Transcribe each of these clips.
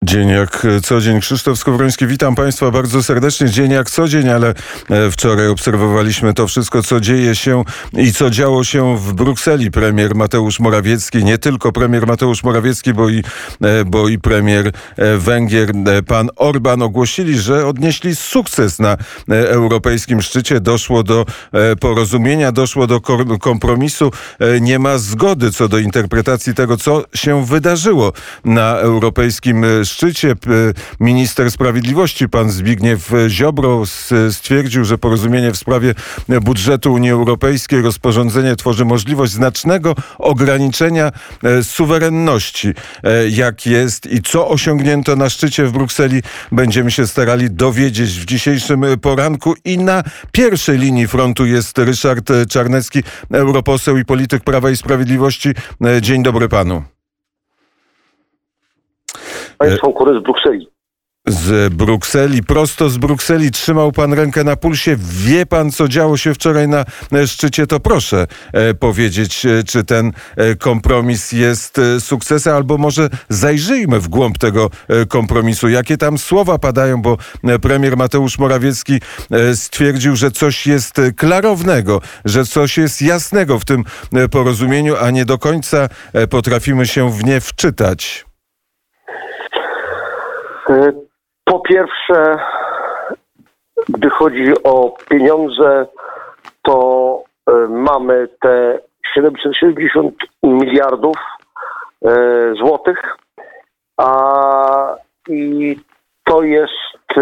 Dzień jak co dzień. Krzysztof Skowroński, witam Państwa bardzo serdecznie. Dzień jak co dzień, ale wczoraj obserwowaliśmy to wszystko, co dzieje się i co działo się w Brukseli. Premier Mateusz Morawiecki, nie tylko premier Mateusz Morawiecki, bo i premier Węgier, pan Orbán ogłosili, że odnieśli sukces na europejskim szczycie. Doszło do porozumienia, doszło do kompromisu. Nie ma zgody co do interpretacji tego, co się wydarzyło na europejskim szczycie. Minister Sprawiedliwości, pan Zbigniew Ziobro, stwierdził, że porozumienie w sprawie budżetu Unii Europejskiej, rozporządzenie tworzy możliwość znacznego ograniczenia suwerenności. Jak jest i co osiągnięto na szczycie w Brukseli, będziemy się starali dowiedzieć w dzisiejszym poranku. I na pierwszej linii frontu jest Ryszard Czarnecki, europoseł i polityk Prawa i Sprawiedliwości. Dzień dobry panu. Państwo z Brukseli. Z Brukseli, prosto z Brukseli. Trzymał pan rękę na pulsie. Wie pan, co działo się wczoraj na szczycie? To proszę powiedzieć, czy ten kompromis jest sukcesem, albo może zajrzyjmy w głąb tego kompromisu. Jakie tam słowa padają, bo premier Mateusz Morawiecki stwierdził, że coś jest klarownego, że coś jest jasnego w tym porozumieniu, a nie do końca potrafimy się w nie wczytać. Po pierwsze, gdy chodzi o pieniądze, to mamy te 770 miliardów złotych, i to jest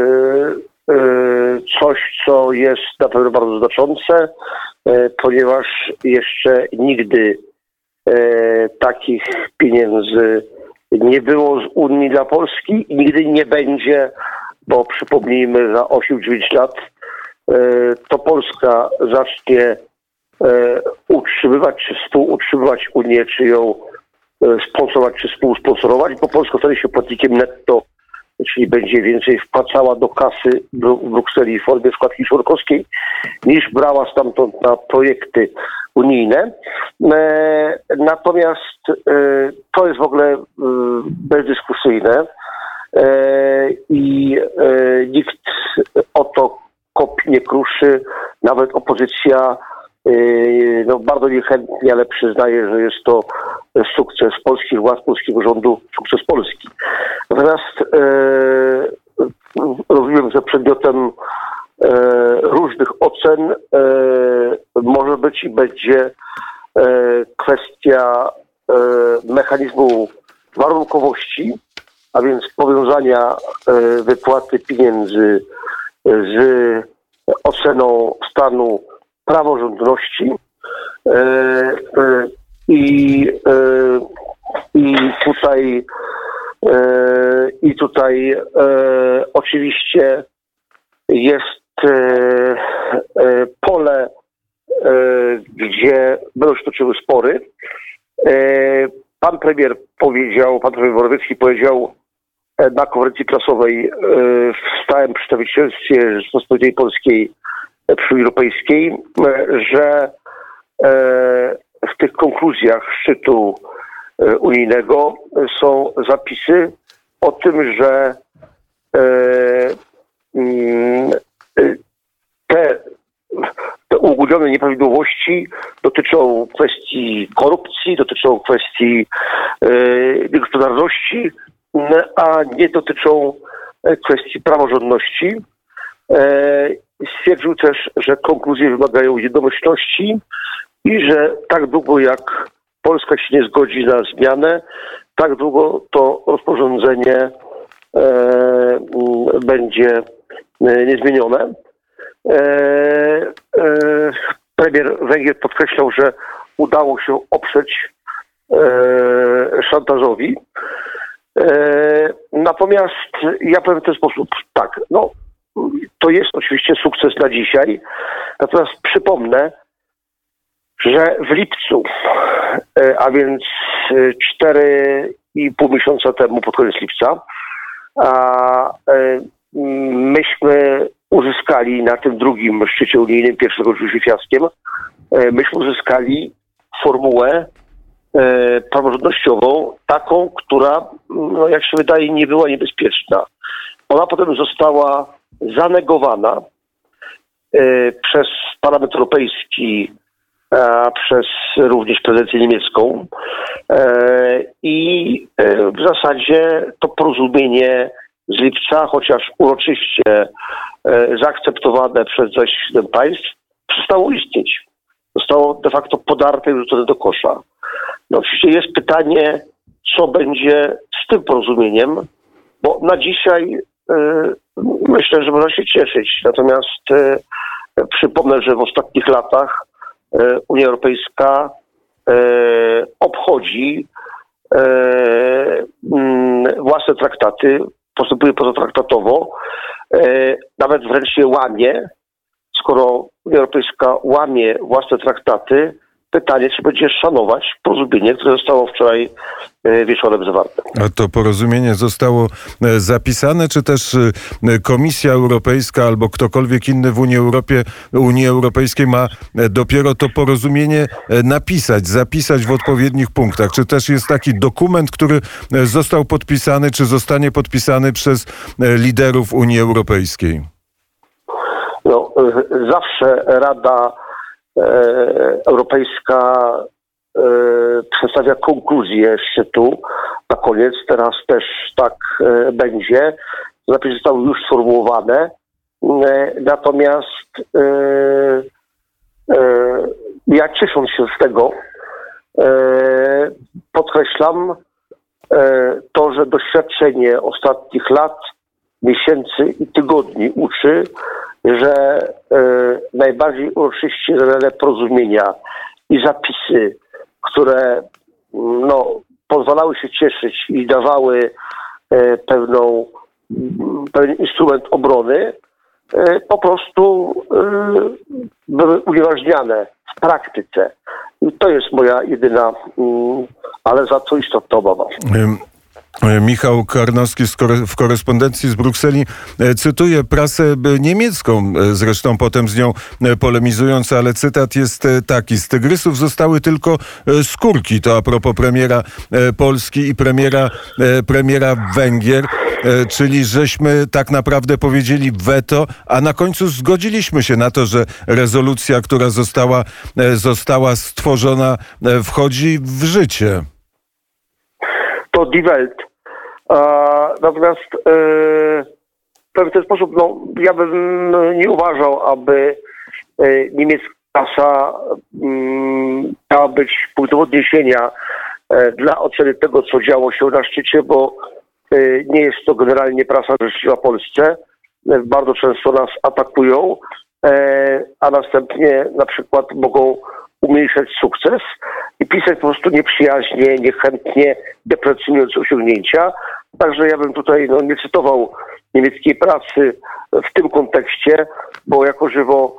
coś, co jest na pewno bardzo znaczące, ponieważ jeszcze nigdy takich pieniędzy nie było z Unii dla Polski i nigdy nie będzie, bo przypomnijmy, za 8-9 lat to Polska zacznie utrzymywać czy współutrzymywać Unię, czy ją sponsorować, czy współsponsorować, bo Polska stanie się płatnikiem netto, czyli będzie więcej wpłacała do kasy w Brukseli w formie składki członkowskiej, niż brała stamtąd na projekty unijne. Natomiast to jest w ogóle bezdyskusyjne i nikt o to kopii nie kruszy. Nawet opozycja bardzo niechętnie, ale przyznaje, że jest to sukces polskich władz, polskiego rządu, sukces Polski. Natomiast rozumiem, że przedmiotem różnych ocen może być i będzie kwestia mechanizmu warunkowości, a więc powiązania wypłaty pieniędzy z oceną stanu praworządności i tutaj oczywiście jest pole, gdzie będą się toczyły spory. Pan premier Morawiecki powiedział na konferencji prasowej w stałym przedstawicielstwie Rzeczypospolitej Polskiej przy Unii Europejskiej, że w tych konkluzjach szczytu unijnego są zapisy o tym, że te uogólnione nieprawidłowości dotyczą kwestii korupcji, dotyczą kwestii niegospodarności, a nie dotyczą kwestii praworządności. Stwierdził też, że konkluzje wymagają jednomyślności i że tak długo jak Polska się nie zgodzi na zmianę, tak długo to rozporządzenie będzie niezmienione. Premier Węgier podkreślał, że udało się oprzeć szantażowi. Natomiast ja powiem w ten sposób, tak, to jest oczywiście sukces na dzisiaj, natomiast przypomnę, że w lipcu, a więc 4,5 miesiąca temu, pod koniec lipca, myśmy uzyskali na tym drugim szczycie unijnym, pierwszym oczywiście fiaskiem, myśmy uzyskali formułę praworządnościową, taką, która, no jak się wydaje, nie była niebezpieczna. Ona potem została zanegowana przez Parlament Europejski, przez również prezydencję niemiecką i w zasadzie to porozumienie z lipca, chociaż uroczyście zaakceptowane przez 27 państw, przestało istnieć. Zostało de facto podarte i wrzucone do kosza. No oczywiście jest pytanie, co będzie z tym porozumieniem, bo na dzisiaj myślę, że można się cieszyć. Natomiast przypomnę, że w ostatnich latach Unia Europejska obchodzi własne traktaty, postępuje pozatraktatowo, nawet wręcz je łamie. Skoro Unia Europejska łamie własne traktaty, pytanie, czy będzie szanować porozumienie, które zostało wczoraj wieczorem zawarte. A to porozumienie zostało zapisane, czy też Komisja Europejska albo ktokolwiek inny w Unii Europejskiej ma dopiero to porozumienie zapisać w odpowiednich punktach? Czy też jest taki dokument, który został podpisany, czy zostanie podpisany przez liderów Unii Europejskiej? No, zawsze Rada Europejska przedstawia konkluzję szczytu na koniec. Teraz też tak będzie. Zapisy zostały już sformułowane. Natomiast ja, ciesząc się z tego, podkreślam to, że doświadczenie ostatnich lat, miesięcy i tygodni uczy, że najbardziej uroczyście zawarte porozumienia i zapisy, które pozwalały się cieszyć i dawały pewien instrument obrony, po prostu były unieważniane w praktyce. I to jest moja jedyna, ale za to istotna obawa. Michał Karnowski w korespondencji z Brukseli cytuje prasę niemiecką, zresztą potem z nią polemizując, ale cytat jest taki: z tygrysów zostały tylko skórki. To a propos premiera Polski i premiera Węgier, czyli żeśmy tak naprawdę powiedzieli weto, a na końcu zgodziliśmy się na to, że rezolucja, która została stworzona, wchodzi w życie. To Die Welt. Natomiast w ten sposób ja bym nie uważał, aby niemiecka prasa miała być punktem odniesienia dla oceny tego, co działo się na szczycie, bo nie jest to generalnie prasa życzliwa Polsce. Bardzo często nas atakują, a następnie na przykład mogą umniejszać sukces i pisać po prostu nieprzyjaźnie, niechętnie, deprecjonując osiągnięcia. Także ja bym tutaj nie cytował niemieckiej prasy w tym kontekście, bo jako żywo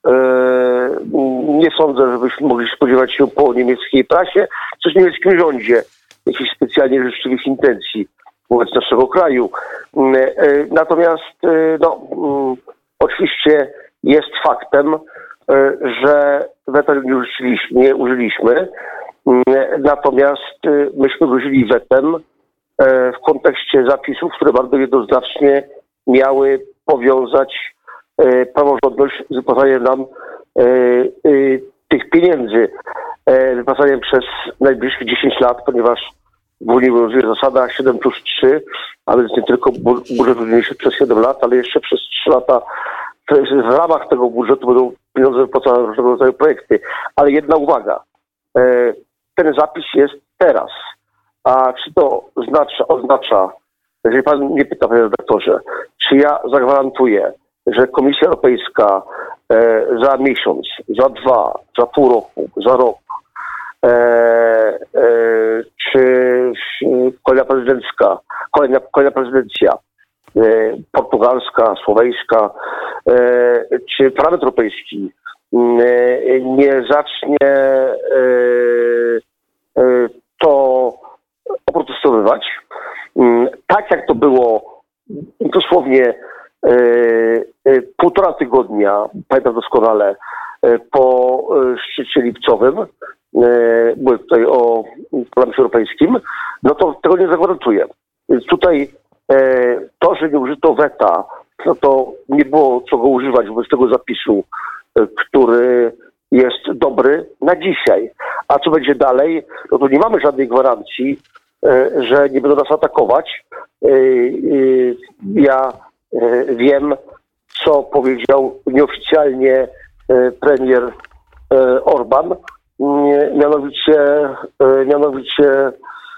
nie sądzę, żebyśmy mogli spodziewać się po niemieckiej prasie, coś w niemieckim rządzie, jakichś specjalnie życzliwych intencji wobec naszego kraju. Natomiast oczywiście jest faktem, że weta nie użyliśmy, natomiast myśmy użyli wetem w kontekście zapisów, które bardzo jednoznacznie miały powiązać praworządność z wypłacaniem nam tych pieniędzy, wypłacaniem przez najbliższe 10 lat, ponieważ w Unii obowiązuje zasada 7+3, a więc nie tylko budżet mniejszy przez 7 lat, ale jeszcze przez 3 lata w ramach tego budżetu będą pieniądze wypłacane na różnego rodzaju projekty. Ale jedna uwaga. Ten zapis jest teraz. A czy to oznacza, jeżeli pan mnie pyta, panie redaktorze, czy ja zagwarantuję, że Komisja Europejska za miesiąc, za 2, za pół roku, za rok, czy kolejna prezydencja, portugalska, słoweńska, czy Parlament Europejski nie zacznie to oprotestowywać, tak jak to było dosłownie 1,5 tygodnia, pamiętam doskonale, po szczycie lipcowym, mówię tutaj o Parlamencie Europejskim, no to tego nie zagwarantuje. Więc tutaj to, że nie użyto weta, no to nie było co go używać wobec tego zapisu, który jest dobry na dzisiaj. A co będzie dalej, no to nie mamy żadnej gwarancji, że nie będą nas atakować. Ja wiem, co powiedział nieoficjalnie premier Orban, mianowicie,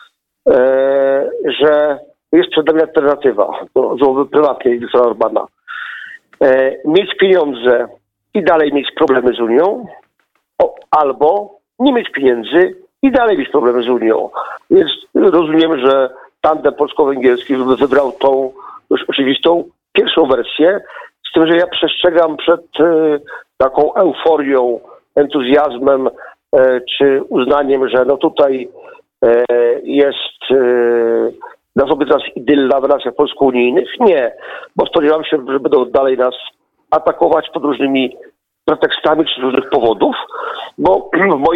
że jest przed nami alternatywa do rozmowy prywatnej Wiktora Orbana. Mieć pieniądze i dalej mieć problemy z Unią, albo nie mieć pieniędzy i dalej mieć problemy z Unią. Więc rozumiem, że tandem polsko-węgierski wybrał tą już oczywistą pierwszą wersję, z tym, że ja przestrzegam przed taką euforią, entuzjazmem czy uznaniem, że no tutaj jest na sobie teraz idylla w relacjach polsko-unijnych. Nie, bo spodziewam się, że będą dalej nas atakować pod różnymi pretekstami czy z różnych powodów, bo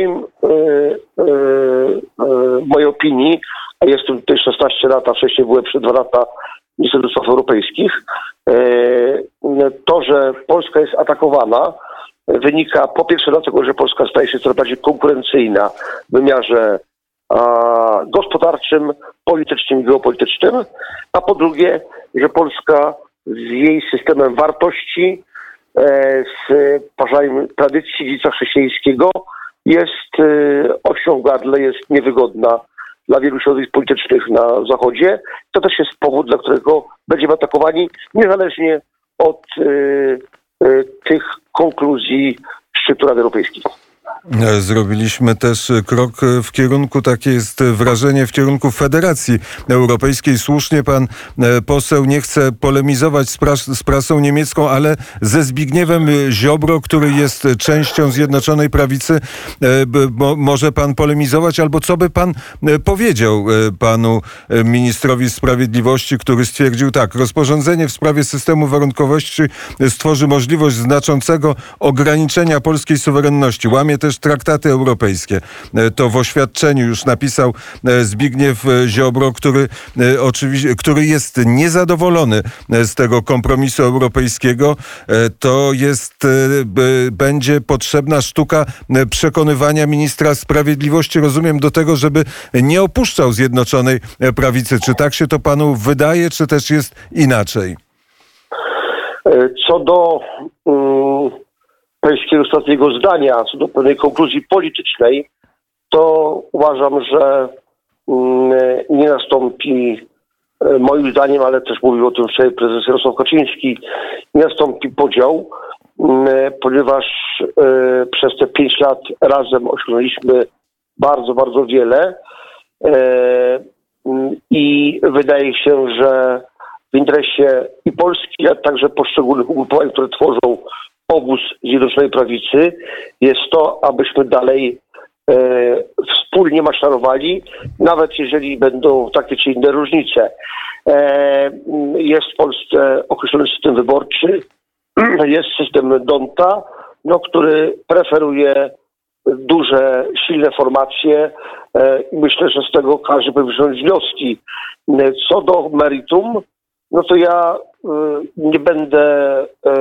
w mojej opinii, a jestem tutaj 16 lat, a wcześniej byłem przez 2 lata ministrem spraw europejskich, to, że Polska jest atakowana, wynika po pierwsze dlatego, że Polska staje się coraz bardziej konkurencyjna w wymiarze gospodarczym, politycznym i geopolitycznym, a po drugie, że Polska z jej systemem wartości, z parzaniem tradycji dziedzictwa chrześcijańskiego jest osią w gardle, jest niewygodna dla wielu środowisk politycznych na Zachodzie. To też jest powód, dla którego będziemy atakowani, niezależnie od tych konkluzji szczytu Rady Europejskiej. Zrobiliśmy też krok w kierunku, takie jest wrażenie, w kierunku Federacji Europejskiej. Słusznie pan poseł nie chce polemizować z prasą niemiecką, ale ze Zbigniewem Ziobro, który jest częścią Zjednoczonej Prawicy, może pan polemizować, albo co by pan powiedział panu ministrowi sprawiedliwości, który stwierdził tak: rozporządzenie w sprawie systemu warunkowości stworzy możliwość znaczącego ograniczenia polskiej suwerenności. Łamie też traktaty europejskie. To w oświadczeniu już napisał Zbigniew Ziobro, który jest niezadowolony z tego kompromisu europejskiego. To będzie potrzebna sztuka przekonywania ministra sprawiedliwości, rozumiem, do tego, żeby nie opuszczał Zjednoczonej Prawicy. Czy tak się to panu wydaje, czy też jest inaczej? Co do pańskiego ostatniego zdania, co do pewnej konkluzji politycznej, to uważam, że nie nastąpi, moim zdaniem, ale też mówił o tym wczoraj prezes Jarosław Kaczyński, nie nastąpi podział, ponieważ przez te 5 lat razem osiągnęliśmy bardzo, bardzo wiele i wydaje się, że w interesie i Polski, a także poszczególnych ugrupowań, które tworzą obóz Zjednoczonej Prawicy, jest to, abyśmy dalej wspólnie maszerowali, nawet jeżeli będą takie czy inne różnice. Jest w Polsce określony system wyborczy, jest system D'Hondta, który preferuje duże, silne formacje. Myślę, że z tego każdy powinien wyciągnąć wnioski. Co do meritum, no to ja nie będę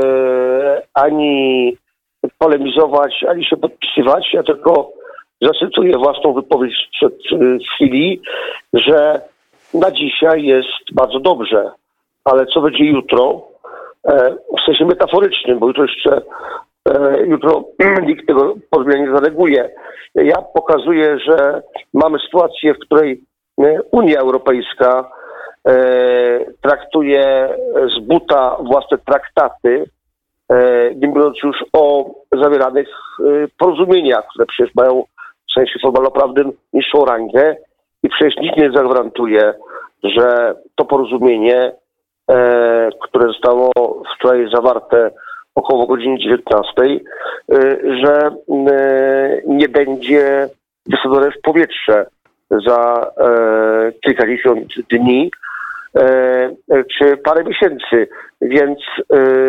ani polemizować, ani się podpisywać. Ja tylko zacytuję własną wypowiedź sprzed chwili, że na dzisiaj jest bardzo dobrze, ale co będzie jutro, w sensie metaforycznym, bo jutro nikt tego porozumienia nie zaleguje. Ja pokazuję, że mamy sytuację, w której Unia Europejska traktuje z buta własne traktaty, nie mówiąc już o zawieranych porozumieniach, które przecież mają w sensie formalnoprawnym niższą rangę i przecież nikt nie zagwarantuje, że to porozumienie, które zostało wczoraj zawarte około godziny 19, że nie będzie wysadzone w powietrze za kilkadziesiąt dni czy parę miesięcy. Więc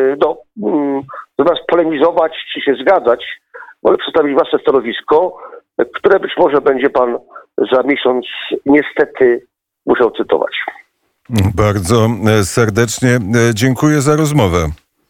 zamiast polemizować czy się zgadzać, wolę przedstawić własne stanowisko które być może będzie pan za miesiąc niestety musiał cytować. Bardzo serdecznie dziękuję za rozmowę.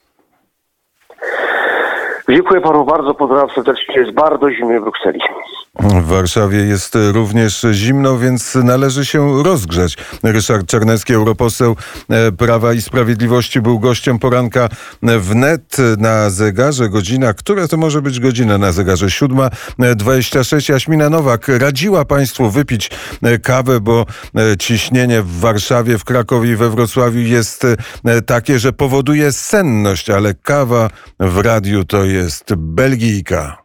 Dziękuję panu bardzo, pozdrawiam serdecznie. Jest bardzo zimno w Brukseli. W Warszawie jest również zimno, więc należy się rozgrzać. Ryszard Czarnecki, europoseł Prawa i Sprawiedliwości, był gościem poranka wnet. Na zegarze godzina, która to może być godzina na zegarze? 7:26. Jaśmina Nowak radziła państwu wypić kawę, bo ciśnienie w Warszawie, w Krakowie i we Wrocławiu jest takie, że powoduje senność, ale kawa w radiu to jest Belgijka.